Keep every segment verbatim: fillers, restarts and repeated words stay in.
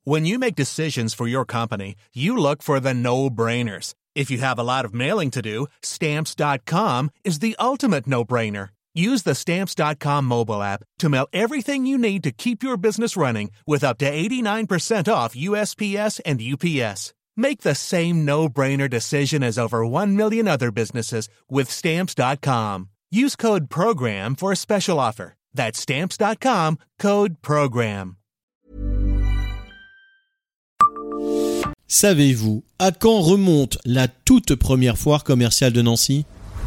When you make decisions for your company, you look for the no-brainers. If you have a lot of mailing to do, Stamps dot com is the ultimate no-brainer. Use the Stamps dot com mobile app to mail everything you need to keep your business running with up to eighty-nine percent off U S P S and U P S. Make the same no-brainer decision as over one million other businesses with Stamps dot com. Use code PROGRAM for a special offer. That's Stamps dot com, code PROGRAM. Savez-vous à quand remonte la toute première foire commerciale de Nancy ?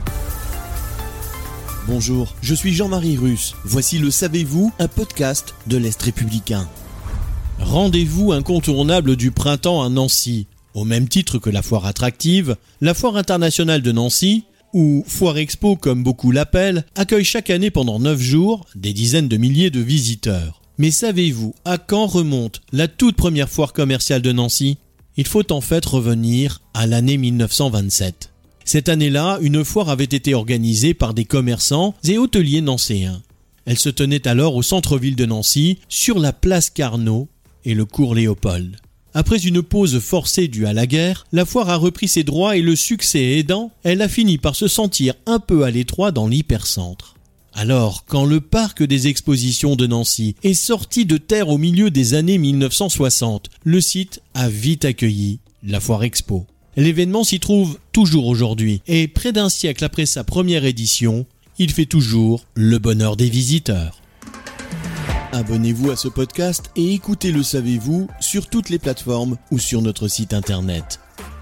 Bonjour, je suis Jean-Marie Russe. Voici le Savez-vous, un podcast de l'Est républicain. Rendez-vous incontournable du printemps à Nancy. Au même titre que la foire attractive, la foire internationale de Nancy, ou Foire Expo comme beaucoup l'appellent, accueille chaque année pendant neuf jours des dizaines de milliers de visiteurs. Mais savez-vous à quand remonte la toute première foire commerciale de Nancy ? Il faut en fait revenir à l'année mille neuf cent vingt-sept. Cette année-là, une foire avait été organisée par des commerçants et hôteliers nancéens. Elle se tenait alors au centre-ville de Nancy, sur la place Carnot et le cours Léopold. Après une pause forcée due à la guerre, la foire a repris ses droits et le succès aidant, elle a fini par se sentir un peu à l'étroit dans l'hypercentre. Alors, quand le parc des expositions de Nancy est sorti de terre au milieu des années mille neuf cent soixante, le site a vite accueilli la Foire Expo. L'événement s'y trouve toujours aujourd'hui et près d'un siècle après sa première édition, il fait toujours le bonheur des visiteurs. Abonnez-vous à ce podcast et écoutez Le Savez-vous sur toutes les plateformes ou sur notre site internet.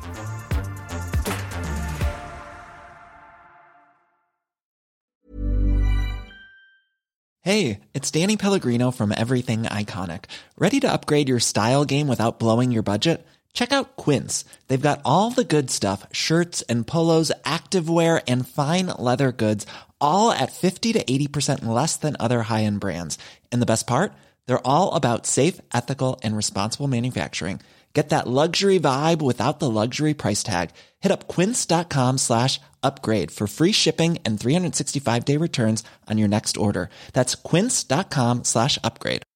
Hey, it's Danny Pellegrino from Everything Iconic. Ready to upgrade your style game without blowing your budget? Check out Quince. They've got all the good stuff, shirts and polos, activewear, and fine leather goods, all at fifty to eighty percent less than other high-end brands. And the best part? They're all about safe, ethical, and responsible manufacturing. Get that luxury vibe without the luxury price tag. Hit up quince.com slash upgrade for free shipping and three sixty-five day returns on your next order. That's quince.com slash upgrade.